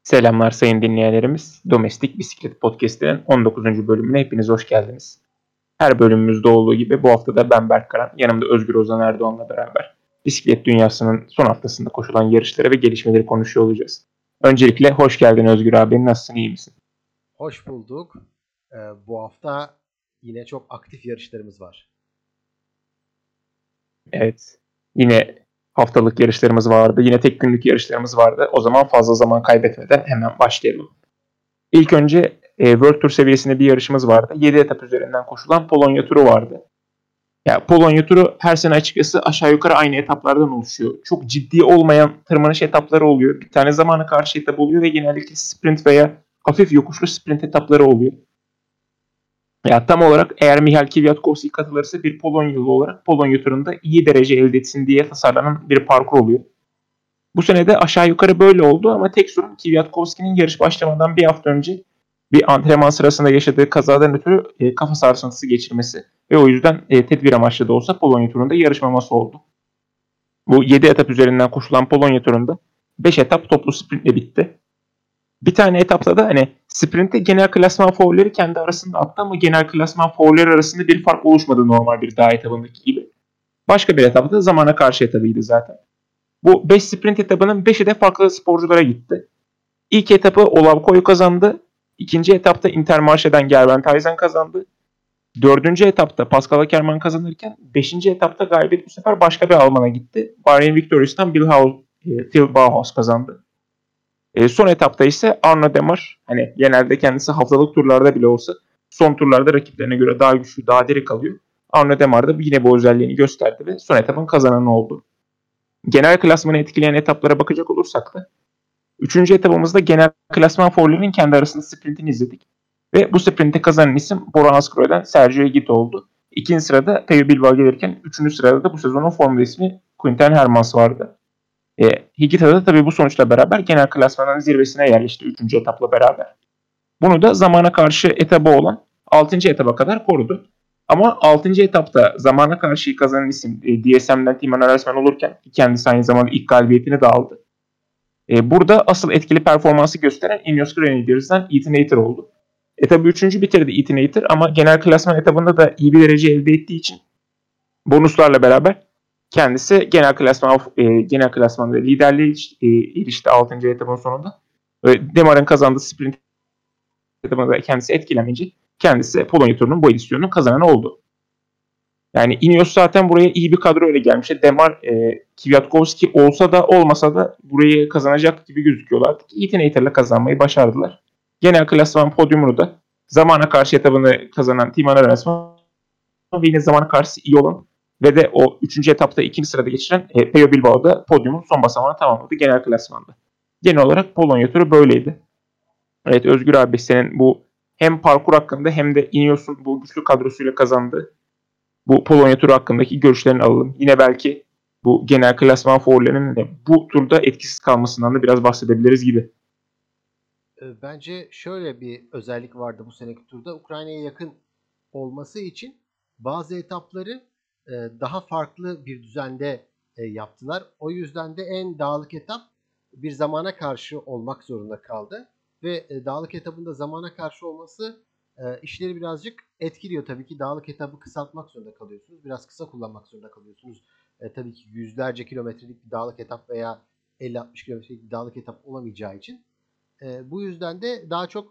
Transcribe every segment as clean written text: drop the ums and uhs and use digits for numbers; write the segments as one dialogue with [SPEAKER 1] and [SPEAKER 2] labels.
[SPEAKER 1] Selamlar sayın dinleyenlerimiz. Domestik Bisiklet Podcast'inin 19. bölümüne hepiniz hoş geldiniz. Her bölümümüzde olduğu gibi bu hafta da ben Berk Karan, yanımda Özgür Ozan Erdoğan'la beraber bisiklet dünyasının son haftasında koşulan yarışları ve gelişmeleri konuşuyor olacağız. Öncelikle hoş geldin Özgür abi. Nasılsın, iyi misin?
[SPEAKER 2] Hoş bulduk. Bu hafta yine çok aktif yarışlarımız var.
[SPEAKER 1] Evet. Yine haftalık yarışlarımız vardı. Yine tek günlük yarışlarımız vardı. O zaman fazla zaman kaybetmeden hemen başlayalım. İlk önce World Tour seviyesinde bir yarışımız vardı. 7 etap üzerinden koşulan Polonya turu vardı. Ya Polonya turu her sene açıkçası aşağı yukarı aynı etaplardan oluşuyor. Çok ciddi olmayan tırmanış etapları oluyor. Bir tane zamana karşı etap oluyor ve genellikle sprint veya hafif yokuşlu sprint etapları oluyor. Ya tam olarak eğer Michał Kwiatkowski katılırsa bir Polonyalı olarak Polonya turunda iyi derece elde etsin diye tasarlanan bir parkur oluyor. Bu sene de aşağı yukarı böyle oldu ama tek sorun Kwiatkowski'nin yarış başlamadan bir hafta önce bir antrenman sırasında yaşadığı kazadan ötürü kafa sarsıntısı geçirmesi ve o yüzden tedbir amaçlı da olsa Polonya turunda yarışmaması oldu. Bu 7 etap üzerinden koşulan Polonya turunda 5 etap toplu sprintle bitti. Bir tane etapta da hani sprintte genel klasman favorileri kendi arasında attı ama genel klasman favorileri arasında bir fark oluşmadı normal bir dağ etabındaki gibi. Başka bir etapta zamana karşı etabıydı zaten. Bu 5 sprint etabının 5'i de farklı sporculara gitti. İlk etapı Olav Koyu kazandı. İkinci etapta Intermarché'den Gerben Taysen kazandı. Dördüncü etapta Pascal Ackermann kazanırken 5. etapta galibiyet bu sefer başka bir Alman'a gitti. Bahreyn Victoria'sından Phil Bauhaus kazandı. Son etapta ise Arno Demar, hani genelde kendisi haftalık turlarda bile olsa son turlarda rakiplerine göre daha güçlü, daha diri kalıyor. Arno Demar da yine bu özelliğini gösterdi ve son etapın kazananı oldu. Genel klasmanı etkileyen etaplara bakacak olursak da 3. etapımızda genel klasman favorilerinin kendi arasında sprintini izledik. Ve bu sprintte kazanan isim Bora Hansgrohe'den Sergio Higuita oldu. İkinci sırada Pello Bilbao gelirken 3. sırada da bu sezonun Formula ismi Quinten Hermans vardı. Higuita da tabii bu sonuçla beraber genel klasmanın zirvesine yerleşti 3. etapla beraber. Bunu da zamana karşı etabı olan 6. etaba kadar korudu. Ama 6. etapta zamana karşı kazanan isim DSM'den Timo Arensman olurken kendisi aynı zamanda ilk galibiyetini de aldı. Burada asıl etkili performansı gösteren Ineos Grenadiers'dan Ethan Hayter oldu. Etabı 3. bitirdi Ethan Hayter ama genel klasman etabında da iyi bir derece elde ettiği için bonuslarla beraber kendisi genel klasmanda liderliğe erişti 6. etabın sonunda. Demar'ın kazandığı sprint etabında kendisi etkilemeyince kendisi Polonya turunun bu edisyonunun kazananı oldu. Yani Ineos zaten buraya iyi bir kadro ile gelmiş. Demar, Kwiatkowski olsa da olmasa da burayı kazanacak gibi gözüküyorlardı. Ethan Hayter'la kazanmayı başardılar. Genel klasman podyumunu da zamana karşı etabını kazanan Timo Arensman ve yine zamana karşı iyi olan ve de o 3. etapta 2. sırada geçiren Pello Bilbao da podyumun son basamağını tamamladı genel klasmanda. Genel olarak Polonya turu böyleydi. Evet Özgür abi, senin bu hem parkur hakkında hem de Ineos'un bu güçlü kadrosuyla kazandığı bu Polonya turu hakkındaki görüşlerini alalım. Yine belki bu genel klasman favorilerinin de bu turda etkisiz kalmasından da biraz bahsedebiliriz gibi.
[SPEAKER 2] Bence şöyle bir özellik vardı bu seneki turda. Ukrayna'ya yakın olması için bazı etapları daha farklı bir düzende yaptılar. O yüzden de en dağlık etap bir zamana karşı olmak zorunda kaldı. Ve dağlık etabında zamana karşı olması işleri birazcık etkiliyor. Tabii ki dağlık etabı kısaltmak zorunda kalıyorsunuz. Biraz kısa kullanmak zorunda kalıyorsunuz. Tabii ki yüzlerce kilometrelik bir dağlık etap veya 50-60 kilometrelik bir dağlık etap olamayacağı için. Bu yüzden de daha çok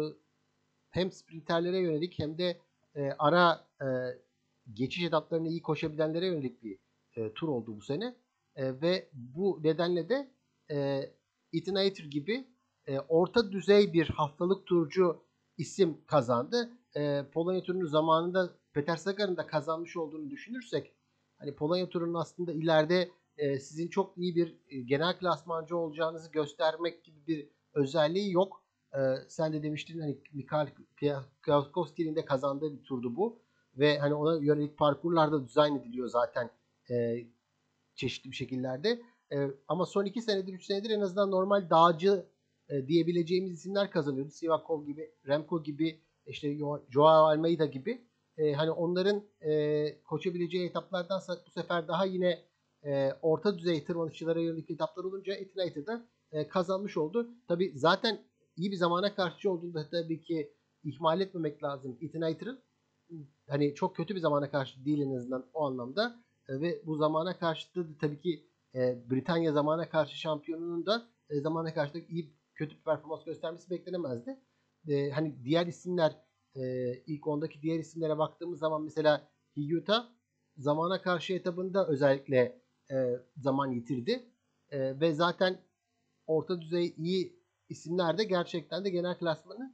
[SPEAKER 2] hem sprinterlere yönelik hem de ara geçiş etaplarını iyi koşabilenlere yönelik bir tur oldu bu sene. Ve bu nedenle de Ethan Hayter gibi orta düzey bir haftalık turcu isim kazandı. Polonya turunun zamanında Peter Sagan'ın da kazanmış olduğunu düşünürsek hani Polonya turunun aslında ileride sizin çok iyi bir genel klasmancı olacağınızı göstermek gibi bir özelliği yok. Sen de demiştin hani Michał Kwiatkowski'nin de kazandığı bir turdu bu. Ve hani ona yönelik parkurlarda dizayn ediliyor zaten çeşitli bir şekillerde. Ama son 2 senedir 3 senedir en azından normal dağcı diyebileceğimiz isimler kazanıyordu. Sivakov gibi, Remco gibi, işte Joao Almeida gibi. Hani onların koşabileceği etaplardansa bu sefer daha yine orta düzey tırmanışçılara yönelik etaplar olunca Etinator da kazanmış oldu. Tabi zaten iyi bir zamana karşı olduğunda tabii ki ihmal etmemek lazım Etinator'ın. Hani çok kötü bir zamana karşı değil en azından o anlamda. Ve bu zamana karşı da tabii ki Britanya zamana karşı şampiyonunun da zamana karşı da iyi kötü bir performans göstermesi beklenemezdi. Hani diğer isimler ilk 10'daki diğer isimlere baktığımız zaman mesela Higuita zamana karşı etabında özellikle zaman yitirdi. Ve zaten orta düzey iyi isimler de gerçekten de genel klasmanı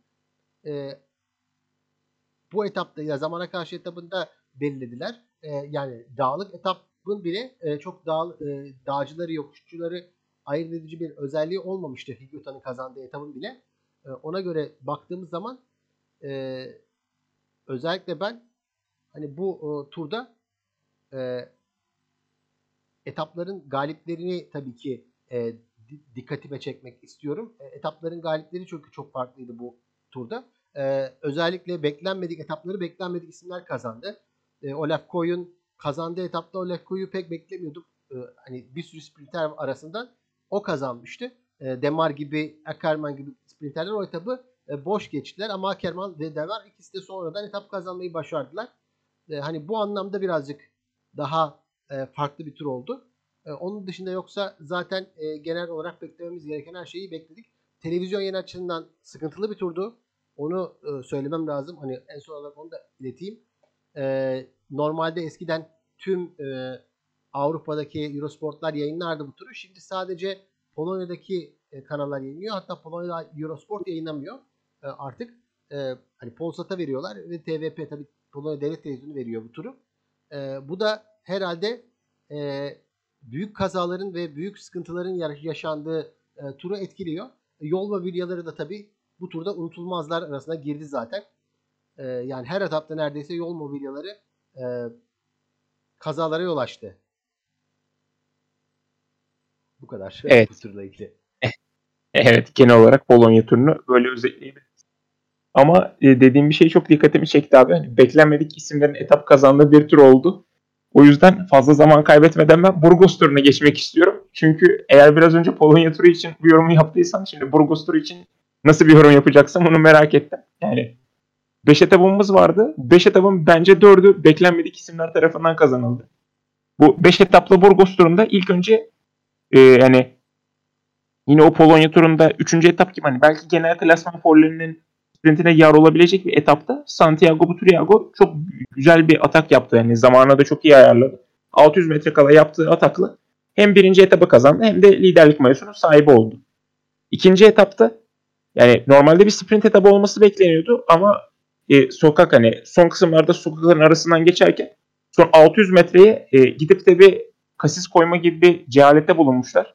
[SPEAKER 2] bu etapta ya zamana karşı etabında belirlediler. Yani dağlık etapın bile çok dağcıları, yokuşçuları ayırt edici bir özelliği olmamıştı Higuita'nın kazandığı etapın bile. Ona göre baktığımız zaman özellikle ben hani bu turda etapların galiplerini tabii ki dikkatime çekmek istiyorum. Etapların galipleri çünkü çok farklıydı bu turda. Özellikle beklenmedik etapları beklenmedik isimler kazandı. Olaf Koyun kazandığı etapta Olaf Koyun'u pek beklemiyorduk. Hani bir sürü sprinter arasından o kazanmıştı. Demar gibi, Ackermann gibi sprinterler o etabı boş geçtiler ama Ackermann ve Demar ikisi de sonradan etap kazanmayı başardılar. Hani bu anlamda birazcık daha farklı bir tur oldu. Onun dışında yoksa zaten genel olarak beklememiz gereken her şeyi bekledik. Televizyon yayın açısından sıkıntılı bir turdu. Onu söylemem lazım. Hani en son olarak onu da ileteyim. Normalde eskiden tüm Avrupa'daki Eurosportlar yayınlardı bu turu. Şimdi sadece Polonya'daki kanallar yayınlıyor. Hatta Polonya'da Eurosport yayınlamıyor artık. Hani Polsat'a veriyorlar ve TVP tabii Polonya Devlet Televizyonu veriyor bu turu. Bu da herhalde büyük kazaların ve büyük sıkıntıların yaşandığı turu etkiliyor. Yol mobilyaları da tabii bu turda unutulmazlar arasına girdi zaten. Yani her etapta neredeyse yol mobilyaları kazalara yol açtı. Bu kadar.
[SPEAKER 1] Evet.
[SPEAKER 2] Bu turla ilgili.
[SPEAKER 1] Evet, genel olarak Polonya turunu böyle özetleyebiliriz. Ama dediğim bir şey çok dikkatimi çekti abi. Hani beklenmedik isimlerin etap kazandığı bir tur oldu. O yüzden fazla zaman kaybetmeden ben Burgos turuna geçmek istiyorum. Çünkü eğer biraz önce Polonya turu için bir yorumu yaptıysam şimdi Burgos turu için nasıl bir yorum yapacaksam onu merak ettim. Yani 5 etapımız vardı. 5 etapın bence 4'ü beklenmedik isimler tarafından kazanıldı. Bu 5 etaplı Burgos turunda ilk önce yani yine o Polonya turunda 3. etap gibi hani belki genel klasman favorilerinin sprintine yar olabilecek bir etapta Santiago Butriago çok güzel bir atak yaptı. Yani zamanına da çok iyi ayarladı. 600 metre kala yaptığı atakla hem birinci etabı kazandı hem de liderlik mayosunun sahibi oldu. İkinci etapta yani normalde bir sprint etabı olması bekleniyordu ama sokak hani son kısımlarda sokakların arasından geçerken son 600 metreye gidip de bir kasis koyma gibi bir cehalette bulunmuşlar.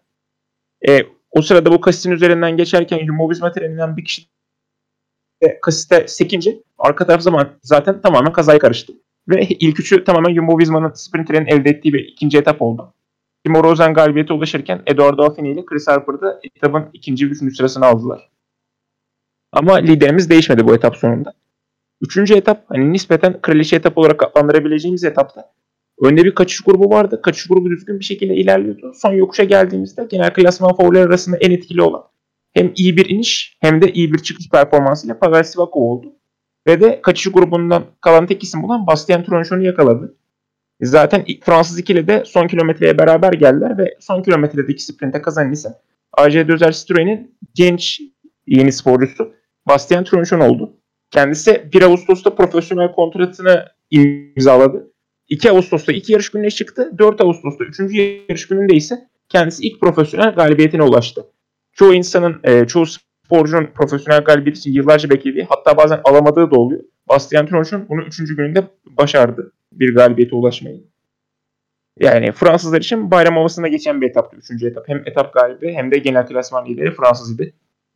[SPEAKER 1] O sırada bu kasisin üzerinden geçerken Jumbo-Visma treninden bir kişi kasiste sekinci. Arka taraf zaten tamamen kazaya karıştı. Ve ilk üçü tamamen Jumbo-Visma'nın sprinterinin elde ettiği bir ikinci etap oldu. Timo Rosen galibiyete ulaşırken Eduardo Affini ile Chris Harper da etapın ikinci ve üçüncü sırasını aldılar. Ama liderimiz değişmedi bu etap sonunda. Üçüncü etap hani nispeten kraliçe etap olarak adlandırabileceğimiz etapta önde bir kaçış grubu vardı. Kaçış grubu düzgün bir şekilde ilerliyordu. Son yokuşa geldiğimizde genel klasman favoriler arasında en etkili olan hem iyi bir iniş hem de iyi bir çıkış performansıyla Pavel Sivakov oldu. Ve de kaçış grubundan kalan tek isim olan Bastien Tronchon'u yakaladı. Zaten Fransız ikili de son kilometreye beraber geldiler ve son kilometredeki sprinte kazanan ise AG Dözer Citroen'in genç yeni sporcusu Bastien Tronchon oldu. Kendisi 1 Ağustos'ta profesyonel kontratını imzaladı. 2 Ağustos'ta 2 yarış gününe çıktı. 4 Ağustos'ta 3. yarış gününde ise kendisi ilk profesyonel galibiyetine ulaştı. Çoğu insanın, çoğu sporcunun profesyonel galibiyeti için yıllarca beklediği, hatta bazen alamadığı da oluyor. Bastien Tronchon bunu 3. gününde başardı bir galibiyete ulaşmayı. Yani Fransızlar için bayram havasında geçen bir etaptı 3. etap. Hem etap galibi hem de genel klasman lideri Fransız idi.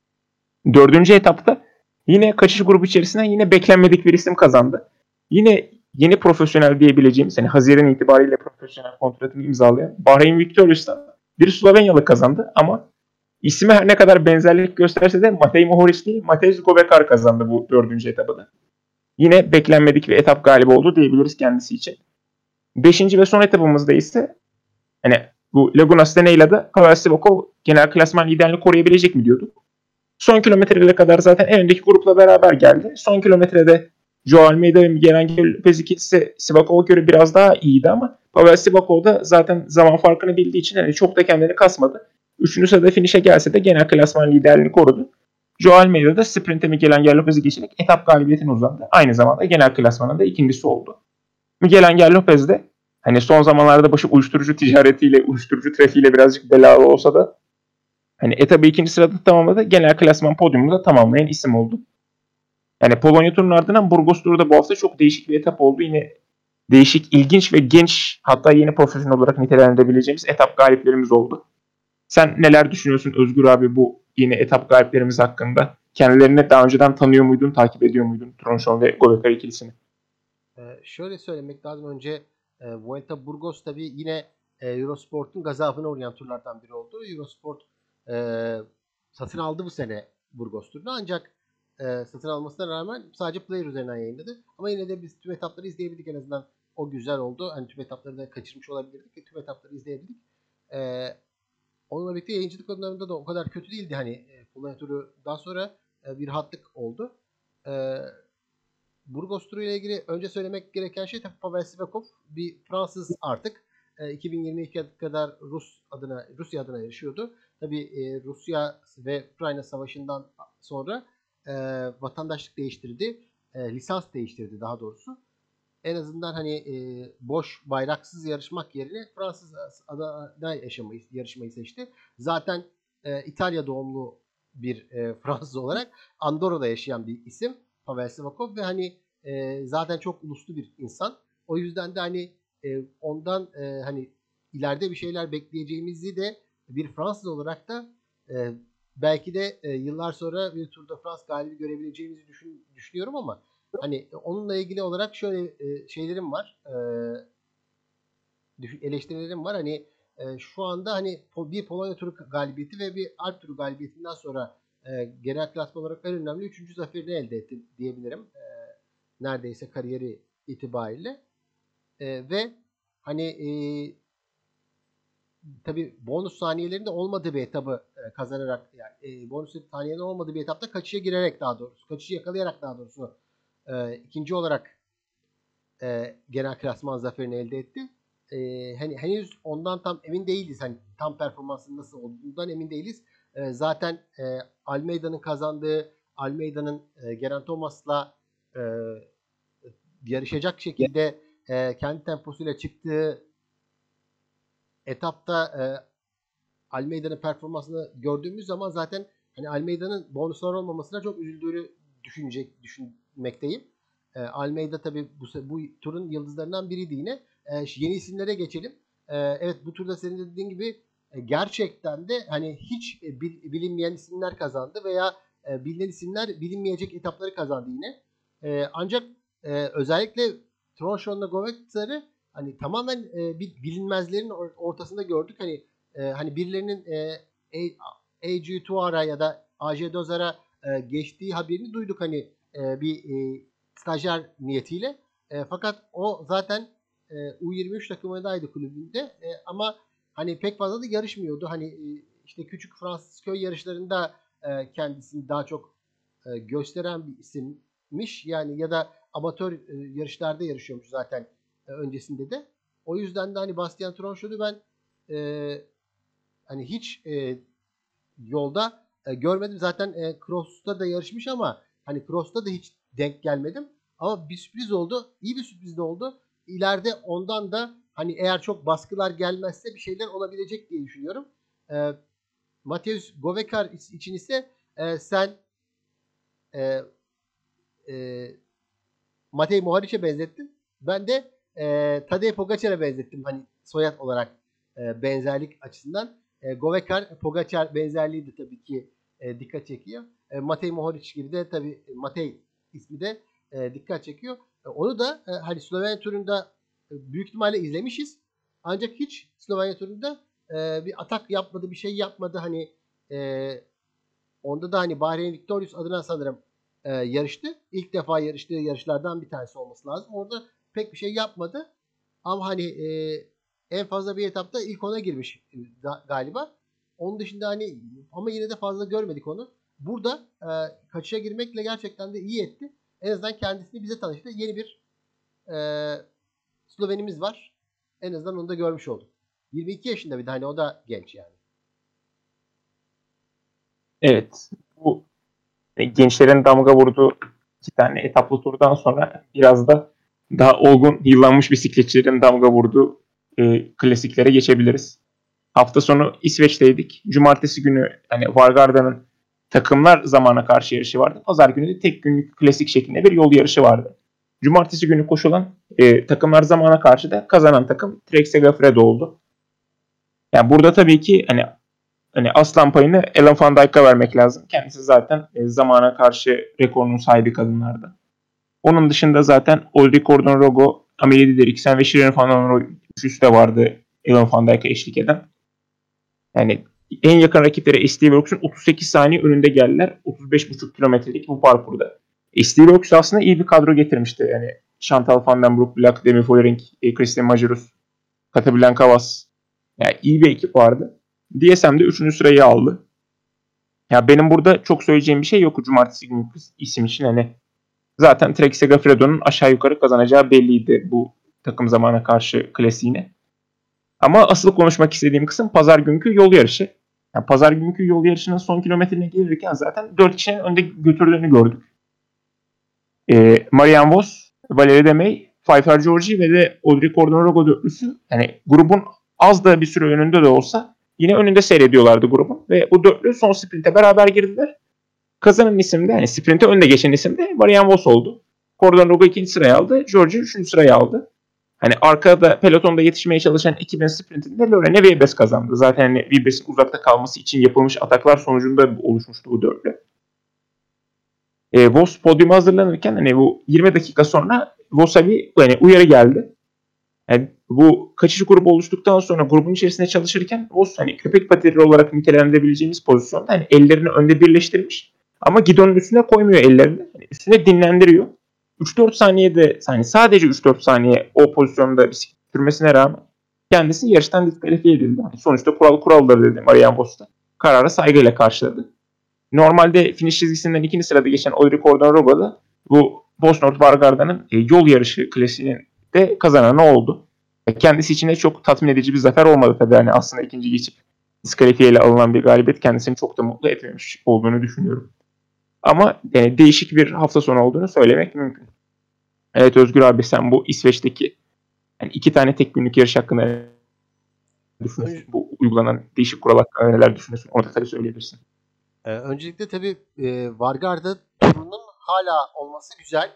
[SPEAKER 1] 4. etapta yine kaçış grubu içerisinden yine beklenmedik bir isim kazandı. Yine yeni profesyonel diyebileceğimiz, yani Haziran itibariyle profesyonel kontratını imzalayan Bahreyn Victorious'tan bir Slovenyalı kazandı ama ismi her ne kadar benzerlik gösterse de Matej Mohoric değil, Matej Gobekar kazandı bu 4. etabı. Yine beklenmedik bir etap galibi oldu diyebiliriz kendisi için. 5. ve son etapımızda ise Hani bu Laguna Seca da Pavel Sivakov genel klasman liderliğini koruyabilecek mi diyorduk. Son kilometrelere kadar zaten en öndeki grupla beraber geldi. Son kilometrede Joao Almeida ve Miguel Angel Lopez ikisi Sivakov'a göre biraz daha iyiydi ama Pavel Sivakov da zaten zaman farkını bildiği için hani çok da kendini kasmadı. Üçüncü sırada finişe gelse de genel klasman liderliğini korudu. Joao Almeida da sprinte Miguel Angel Lopez'i geçerek etap galibiyetine uzandı. Aynı zamanda genel klasmanında ikincisi oldu. Miguel Angel Lopez de hani son zamanlarda başı uyuşturucu ticaretiyle, uyuşturucu trafiğiyle birazcık belalı olsa da hani etabı ikinci sırada tamamladı. Genel klasman podyumunu da tamamlayan isim oldu. Yani Polonya turunun ardından Burgos turu da bu hafta çok değişik bir etap oldu. Yine değişik, ilginç ve genç, hatta yeni profesyonel olarak nitelendirebileceğimiz etap galiplerimiz oldu. Sen neler düşünüyorsun Özgür abi bu yeni etap galiplerimiz hakkında? Kendilerini daha önceden tanıyor muydun, takip ediyor muydun Tronçon ve Gobekar ikilisini?
[SPEAKER 2] Şöyle söylemek lazım. Önce Vuelta Burgos tabii yine Eurosport'un gazabına uğrayan turlardan biri oldu. Eurosport e, satın aldı bu sene Burgos turunu, ancak satın almasına rağmen sadece player üzerinden yayınladı. Ama yine de biz tüm etapları izleyebildik, en azından o güzel oldu. Hani tüm etapları da kaçırmış olabilirdik ve tüm etapları izleyebildik. E, Onunla birlikte yayıncılık anlamında da o kadar kötü değildi. Hani Polonya turu daha sonra bir rahatlık oldu. Burgos turu ile ilgili önce söylemek gereken şey, tabii Pavel Sivakov bir Fransız artık. 2022'ye kadar Rusya adına yarışıyordu. Tabii Rusya ve Ukrayna Savaşı'ndan sonra vatandaşlık değiştirdi. Lisans değiştirdi daha doğrusu. En azından hani boş bayraksız yarışmak yerine Fransız adına yarışmayı seçti. Zaten İtalya doğumlu bir Fransız olarak Andorra'da yaşayan bir isim Pavel Sivakov ve hani zaten çok uluslu bir insan. O yüzden de hani ondan hani ileride bir şeyler bekleyeceğimizi de bir Fransız olarak da belki de yıllar sonra bir Tour de France galibi görebileceğimizi düşünüyorum ama hani onunla ilgili olarak şöyle şeylerim var. Eleştirilerim var. Hani şu anda hani bir Polonya turu galibiyeti ve bir Alp turu galibiyetinden sonra genel klasman olarak en önemli 3. zaferini elde etti diyebilirim. Neredeyse kariyeri itibariyle. Ve hani tabii bonus saniyelerinde olmadığı bir etabı kazanarak, yani bonus saniyelerin olmadığı bir etapta kaçışa girerek, daha doğrusu kaçışı yakalayarak daha doğrusu ikinci olarak genel klasman zaferini elde etti. Hani henüz ondan tam emin değiliz. Hani tam performansının nasıl olduğundan emin değiliz. Zaten Almeida'nın kazandığı, Almeida'nın Geraint Thomas'la e, yarışacak şekilde kendi temposuyla çıktığı etapta Almeida'nın performansını gördüğümüz zaman zaten hani Almeida'nın bonuslar olmamasına çok üzüldüğünü düşünmekteyim. Almeida tabii bu turun yıldızlarından biriydi yine. Yeni isimlere geçelim. Evet, bu turda senin de dediğin gibi gerçekten de hani hiç bilinmeyen isimler kazandı veya bilinen isimler bilinmeyecek etapları kazandı yine. Ancak özellikle Tronçon'la Govekar'ı hani tamamen bir bilinmezlerin ortasında gördük. Hani birilerinin AG Tuara ya da AG Dozar'a geçtiği haberini duyduk, hani bir stajyer niyetiyle. Fakat o zaten U23 takımındaydı kulübünde. Ama hani pek fazla da yarışmıyordu. Hani işte küçük Fransız köy yarışlarında kendisini daha çok gösteren bir isimmiş. Yani ya da amatör yarışlarda yarışıyormuş zaten öncesinde de. O yüzden de hani Bastien Tronçon'u ben hani hiç yolda görmedim. Zaten Cross'ta da yarışmış ama hani Cross'ta da hiç denk gelmedim. Ama bir sürpriz oldu. İyi bir sürpriz de oldu. İleride ondan da hani eğer çok baskılar gelmezse bir şeyler olabilecek diye düşünüyorum. Mateusz Govekar için ise sen e, e, Matej Moharic'e benzettin. Ben de Tadej Pogacar'a benzettim. Hani soyad olarak benzerlik açısından. Govekar Pogacar benzerliği de tabii ki dikkat çekiyor. Matej Mohoric gibi de tabii Matej ismi de dikkat çekiyor. Onu da hani Slovenya turunda büyük ihtimalle izlemişiz. Ancak hiç Slovenya turunda bir atak yapmadı, bir şey yapmadı. Hani onda da hani Bahreyn Victorious adına sanırım yarıştı. İlk defa yarıştığı yarışlardan bir tanesi olması lazım. Orada pek bir şey yapmadı. Ama hani En fazla bir etapta ilk 10'a girmiş galiba. Onun dışında hani ama yine de fazla görmedik onu. Burada kaçışa girmekle gerçekten de iyi etti. En azından kendisini bize tanıştı. Yeni bir e, Slovenimiz var. En azından onu da görmüş olduk. 22 yaşında bir de hani o da genç yani.
[SPEAKER 1] Evet. Bu gençlerin damga vurduğu 2 tane etaplı turdan sonra biraz da daha olgun, yıllanmış bisikletçilerin damga vurduğu klasiklere geçebiliriz. Hafta sonu İsveç'teydik. Cumartesi günü hani Vargarda'nın takımlar zamana karşı yarışı vardı. Pazar günü de tek günlük klasik şeklinde bir yol yarışı vardı. Cumartesi günü koşulan takımlar zamana karşı da kazanan takım Trek Segafredo oldu. Yani burada tabii ki hani aslan payını Ellen van Dijk'a vermek lazım. Kendisi zaten zamana karşı rekorunun sahibi kadınlarda. Onun dışında zaten Ulrich Rogo, Amelie Dideriksen ve Shirin van Anrooy üçlüsü de vardı Ellen van Dijk'a eşlik eden. Yani en yakın rakipleri SD Works'un 38 saniye önünde geldiler. 35,5 kilometrelik bu parkurda. SD Works aslında iyi bir kadro getirmişti. Yani Chantal van den Broek, Black, Demi Vollering, Christian Majerus, Catablanca Vas. Yani iyi bir ekip vardı. DSM de 3. sırayı aldı. Ya benim burada çok söyleyeceğim bir şey yok cumartesi günü isim için. Hani zaten Trek Segafredo'nun aşağı yukarı kazanacağı belliydi bu takım zamana karşı klasiğine. Ama asıl konuşmak istediğim kısım pazar günkü yol yarışı. Yani pazar günkü yol yarışının son kilometreine gelirken zaten 4 kişinin önde götürdüğünü gördük. Marianne Vos, Valerie Demey, Pfeiffer Georgi ve de Audrey Cordon-Rogo dörtlüsü yani grubun az da bir süre önünde de olsa yine önünde seyrediyorlardı grubun. Ve bu dörtlü son sprinte beraber girdiler. Kazanan isim de yani sprinte önde geçen isim de Marianne Vos oldu. Cordon-Rogo 2. sırayı aldı. Georgi 3. sırayı aldı. Hani arkada pelotonda yetişmeye çalışan ekibin sprintinde Lorena Wiebes kazandı. Zaten hani Wiebes'in uzakta kalması için yapılmış ataklar sonucunda oluşmuştu bu dörtlü. Vos podyuma hazırlanırken hani bu 20 dakika sonra Vos'a bir hani uyarı geldi. Yani bu kaçış grubu oluştuktan sonra grubun içerisinde çalışırken Vos hani köpek patileri olarak nitelendirebileceğimiz pozisyonda hani ellerini önde birleştirmiş. Ama gidonun üstüne koymuyor ellerini. Yani üstüne dinlendiriyor. 3-4 saniyede hani sadece 3-4 saniye o pozisyonda bisiklet sürmesine rağmen kendisi yarıştan diskalifiye edildi. Yani sonuçta kuralları dedi Marianne Vos'ta. Kararı saygıyla karşıladı. Normalde finish çizgisinden 2. sırada geçen Ulrich Cordon-Rogo da bu Bosnord Vargarda'nın yol yarışı klasiğinin de kazananı oldu. Kendisi için de çok tatmin edici bir zafer olmadı tabii. Yani aslında ikinci geçip diskalifiye ile alınan bir galibiyet kendisini çok da mutlu etmemiş olduğunu düşünüyorum. Ama değişik bir hafta sonu olduğunu söylemek mümkün. Evet Özgür abi sen bu İsveç'teki yani 2 tane tek günlük yarış hakkında ne düşünüyorsun? Bu uygulanan değişik kural hakkında neler düşünüyorsun? Onu da tabii söyleyebilirsin.
[SPEAKER 2] Öncelikle tabii Vargarda turunun hala olması güzel.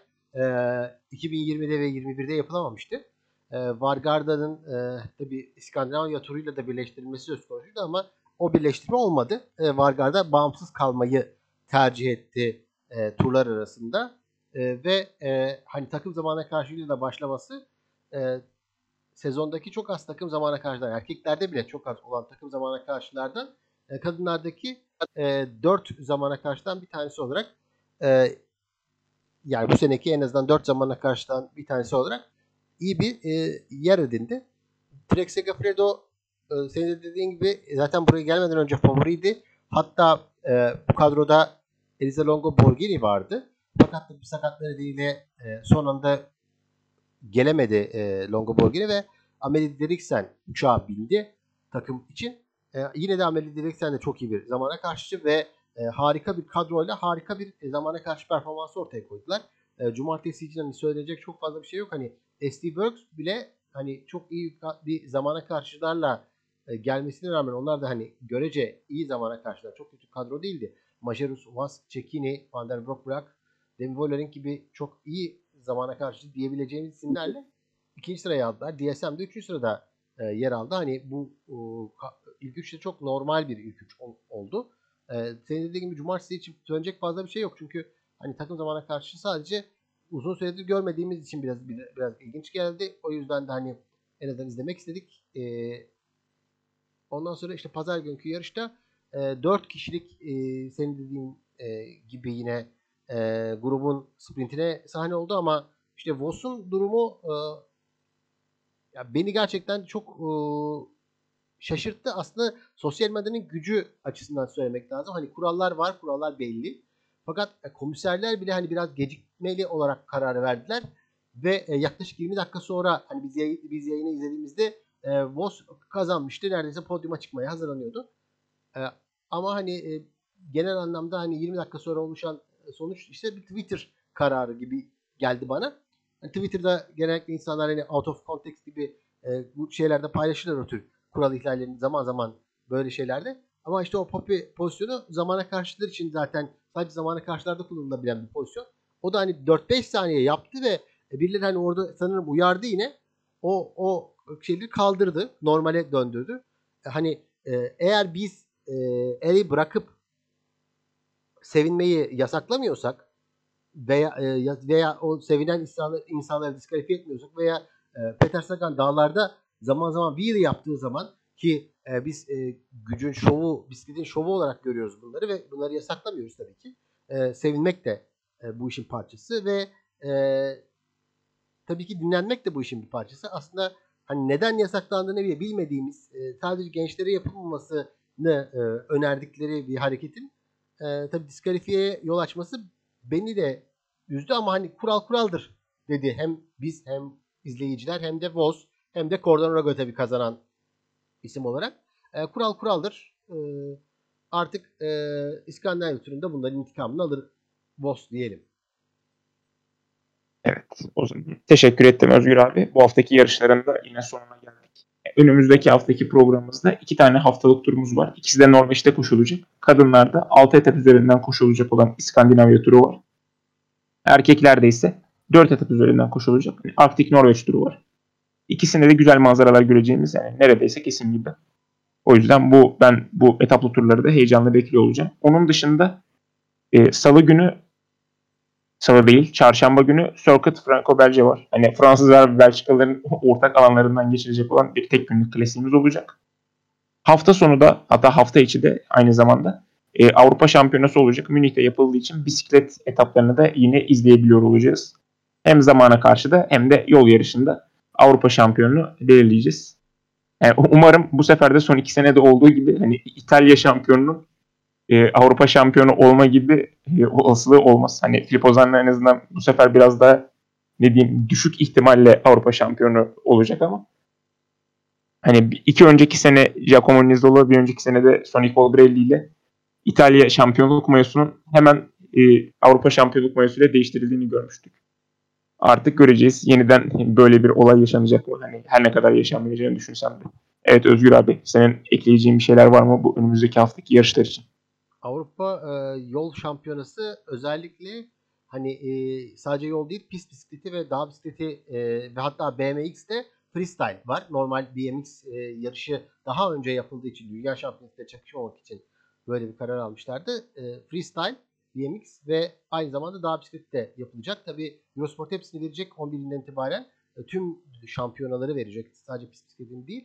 [SPEAKER 2] 2020'de ve 21'de yapılamamıştı. Vargarda'nın tabii İskandinavya turuyla da birleştirilmesi söz konusuydu ama o birleştirme olmadı. Vargarda bağımsız kalmayı tercih etti turlar arasında. Ve hani takım zamana karşılığıyla da başlaması e, sezondaki çok az takım zamana karşılar, erkeklerde bile çok az olan takım zamana karşılardan kadınlardaki 4 zamana karşıdan bir tanesi olarak e, yani bu seneki en azından 4 zamana karşıdan bir tanesi olarak iyi bir yer edindi. Trek Segafredo senin de dediğin gibi zaten buraya gelmeden önce favoriydi. Hatta bu kadroda Elisa Longo Borghini vardı. Fakat bir sakatlığı nedeniyle son anda gelemedi Longo Borghini ve Amelie Diriksen uçağa bindi takım için. Yine de Amelie Diriksen de çok iyi bir zamana karşı ve harika bir kadroyla harika bir zamana karşı performansı ortaya koydular. Cumartesi için hani söyleyecek çok fazla bir şey yok. Hani SD Works bile hani çok iyi bir zamana karşılarla gelmesine rağmen onlar da hani görece iyi zamana karşılar. Çok kötü kadro değildi. Majerus, Vas, Cecchini, Van der Broek, Demi Vollering gibi çok iyi zamana karşı diyebileceğimiz isimlerle ikinci sıraya aldılar. DSM de 3. sırada yer aldı. Hani bu ilk üçte çok normal bir ilk üç oldu. Senin dediğin gibi cumartesi için söyleyecek fazla bir şey yok. Çünkü hani takım zamana karşı sadece uzun süredir görmediğimiz için biraz ilginç geldi. O yüzden de hani en azından izlemek istedik. Ondan sonra işte pazar günkü yarışta 4 kişilik senin dediğin gibi yine grubun sprintine sahne oldu ama işte Vos'un durumu Ya beni gerçekten çok şaşırttı. Aslında sosyal medyanın gücü açısından söylemek lazım. Hani kurallar var, kurallar belli. Fakat komiserler bile hani biraz gecikmeli olarak karar verdiler ve yaklaşık 20 dakika sonra hani biz yayını izlediğimizde Vos kazanmıştı. Neredeyse podyuma çıkmaya hazırlanıyordu. E, ama hani genel anlamda hani 20 dakika sonra oluşan sonuç işte bir Twitter kararı gibi geldi bana. Yani Twitter'da genellikle insanlar hani out of context gibi bu şeylerde paylaşırlar o tür kural ihlallerini zaman zaman böyle şeylerde. Ama işte o pozisyonu zamana karşılar için zaten sadece zamana karşılarda kullanılabilen bir pozisyon. O da hani 4-5 saniye yaptı ve birileri hani orada sanırım uyardı yine. O şeyleri kaldırdı. Normale döndürdü. Hani eğer biz eli bırakıp sevinmeyi yasaklamıyorsak veya o sevinen insanları diskalifiye etmiyorsak veya Peter Sagan dağlarda zaman zaman wheel yaptığı zaman ki biz gücün şovu, bisikletin şovu olarak görüyoruz bunları ve bunları yasaklamıyoruz tabii ki. Sevinmek de bu işin parçası ve e, tabii ki dinlenmek de bu işin bir parçası. Aslında hani neden yasaklandığını bile bilmediğimiz sadece gençlere yapılmamasını önerdikleri bir hareketin tabii diskalifiyeye yol açması beni de üzdü ama hani kural kuraldır dedi. Hem biz hem izleyiciler hem de Voz hem de Cordon Rago tabii kazanan isim olarak. Kural kuraldır. Artık İskandinav turunda bunların intikamını alır Voz diyelim.
[SPEAKER 1] Evet, o zaman teşekkür ettim Özgür abi. Bu haftaki yarışların da yine sonuna geldik. Önümüzdeki haftaki programımızda 2 tane haftalık turumuz var. İkisi de Norveç'te koşulacak. Kadınlarda 6 etap üzerinden koşulacak olan İskandinavya turu var. Erkeklerde ise 4 etap üzerinden koşulacak Arktik Norveç turu var. İkisinde de güzel manzaralar göreceğimiz yani neredeyse kesin gibi. O yüzden ben bu etaplı turları da heyecanla bekliyor olacağım. Onun dışında Salı günü Salı değil, çarşamba günü Circuit Franco-Belge var. Hani Fransızlar ve Belçikalıların ortak alanlarından geçirecek olan bir tek günlük klasiğimiz olacak. Hafta sonu da hatta hafta içi de aynı zamanda Avrupa Şampiyonası olacak. Münih'te yapıldığı için bisiklet etaplarını da yine izleyebiliyor olacağız. Hem zamana karşı da hem de yol yarışında Avrupa Şampiyonunu belirleyeceğiz. Yani umarım bu sefer de son 2 senede olduğu gibi hani İtalya şampiyonunun Avrupa şampiyonu olma gibi olasılığı olmaz. Hani Filip Ozan'la en azından bu sefer biraz daha ne diyeyim düşük ihtimalle Avrupa şampiyonu olacak ama hani 2 önceki sene Giacomo Nizzolo, bir önceki sene de Sonny Colbrelli ile İtalya şampiyonluk mayosunun hemen Avrupa şampiyonluk mayosuyla değiştirildiğini görmüştük. Artık göreceğiz. Yeniden böyle bir olay yaşanacak mı? Hani her ne kadar yaşanmayacağını düşünsem de. Evet Özgür abi, senin ekleyeceğin bir şeyler var mı bu önümüzdeki haftaki yarışlar için?
[SPEAKER 2] Avrupa yol şampiyonası özellikle hani sadece yol değil pist bisikleti ve dağ bisikleti ve hatta BMX'te freestyle var. Normal BMX yarışı daha önce yapıldığı için dünya şampiyonasıyla çakışmamak için böyle bir karar almışlardı. Freestyle, BMX ve aynı zamanda dağ bisikleti de yapılacak. Tabi Eurosport hepsini verecek 11'inden itibaren tüm şampiyonaları verecek. Sadece pist bisikletini değil.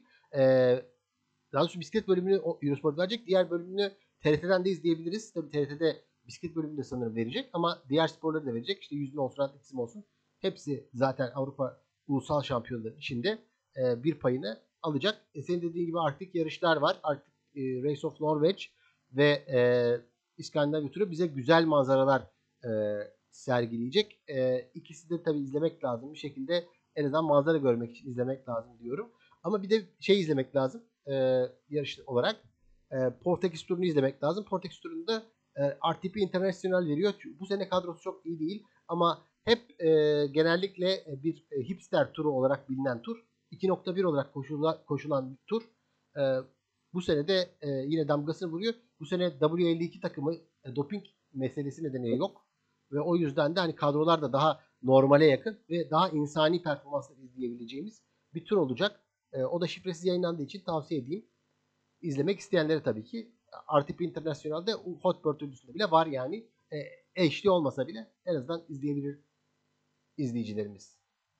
[SPEAKER 2] Daha doğrusu bisiklet bölümünü Eurosport verecek. Diğer bölümünü TRT'den de izleyebiliriz. Tabii TRT'de bisiklet bölümünü de sanırım verecek ama diğer sporları da verecek. İşte yüzme olsun, atletizm olsun. Hepsi zaten Avrupa ulusal şampiyonları içinde bir payını alacak. Senin dediğin gibi Arktik yarışlar var. Arktik Race of Norway ve İskandinav turu bize güzel manzaralar e, sergileyecek. İkisi de tabii izlemek lazım. Bir şekilde en azından manzara görmek için izlemek lazım diyorum. Ama bir de şey izlemek lazım yarış olarak. Portekiz turunu izlemek lazım. Portekiz turunda RTP International veriyor. Bu sene kadrosu çok iyi değil ama hep genellikle bir hipster turu olarak bilinen tur. 2.1 olarak koşulan bir tur. E, bu sene de yine damgasını vuruyor. Bu sene W52 takımı doping meselesi nedeniyle yok. Ve o yüzden de hani kadrolar da daha normale yakın ve daha insani performanslar izleyebileceğimiz bir tur olacak. O da şifresiz yayınlandığı için tavsiye edeyim. İzlemek isteyenlere tabii ki RTP International'de Hotbird ödüsünde bile var yani. HD olmasa bile en azından izleyebilir izleyicilerimiz.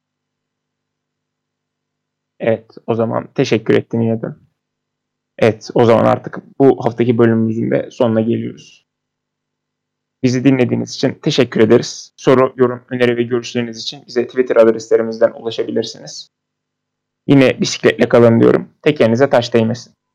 [SPEAKER 1] Evet, o zaman teşekkür ettim yine de. Evet, o zaman artık bu haftaki bölümümüzün de sonuna geliyoruz. Bizi dinlediğiniz için teşekkür ederiz. Soru, yorum, öneri ve görüşleriniz için bize Twitter adreslerimizden ulaşabilirsiniz. Yine bisikletle kalın diyorum. Tekerinize taş değmesin.